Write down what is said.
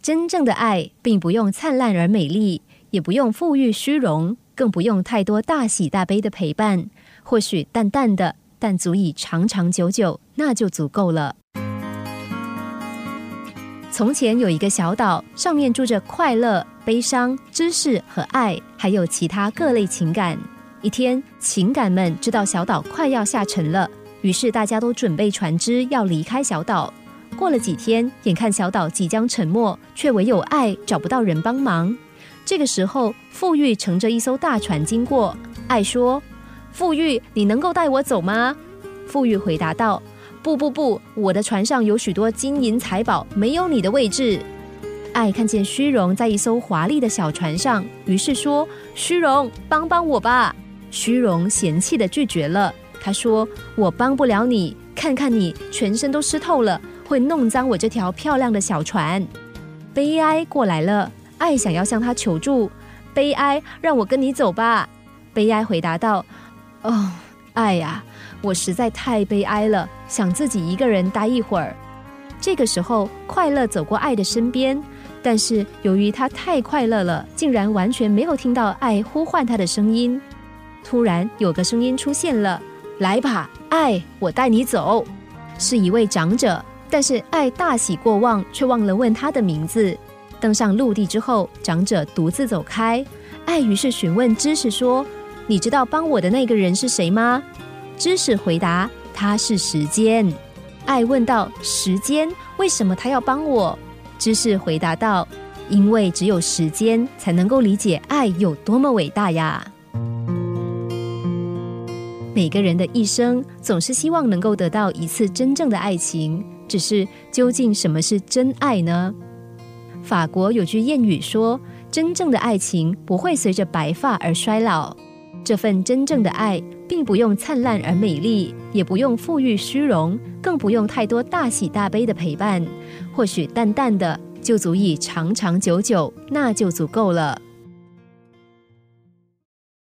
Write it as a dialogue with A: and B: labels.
A: 真正的爱并不用灿烂而美丽，也不用富裕虚荣，更不用太多大喜大悲的陪伴，或许淡淡的，但足以长长久久，那就足够了。从前有一个小岛，上面住着快乐、悲伤、知识和爱，还有其他各类情感。一天，情感们知道小岛快要下沉了，于是大家都准备船只要离开小岛。过了几天，眼看小岛即将沉没，却唯有爱找不到人帮忙。这个时候，富裕乘着一艘大船经过，爱说：富裕，你能够带我走吗？富裕回答道：不，我的船上有许多金银财宝，没有你的位置。爱看见虚荣在一艘华丽的小船上，于是说：虚荣，帮帮我吧。虚荣嫌弃地拒绝了，他说：我帮不了你，看看你全身都湿透了，会弄脏我这条漂亮的小船。悲哀过来了，爱想要向他求助，悲哀，让我跟你走吧。悲哀回答道：爱呀，我实在太悲哀了，想自己一个人待一会儿。这个时候，快乐走过爱的身边，但是由于他太快乐了，竟然完全没有听到爱呼唤他的声音。突然有个声音出现了：来吧，爱，我带你走。是一位长者，但是爱大喜过望，却忘了问他的名字。登上陆地之后，长者独自走开。爱于是询问知识说：你知道帮我的那个人是谁吗？知识回答：他是时间。爱问道：时间，为什么他要帮我？知识回答道：因为只有时间才能够理解爱有多么伟大呀。每个人的一生总是希望能够得到一次真正的爱情，只是究竟什么是真爱呢？法国有句谚语说：真正的爱情不会随着白发而衰老。这份真正的爱并不用灿烂而美丽，也不用富裕虚荣，更不用太多大喜大悲的陪伴，或许淡淡的就足以长长久久，那就足够了。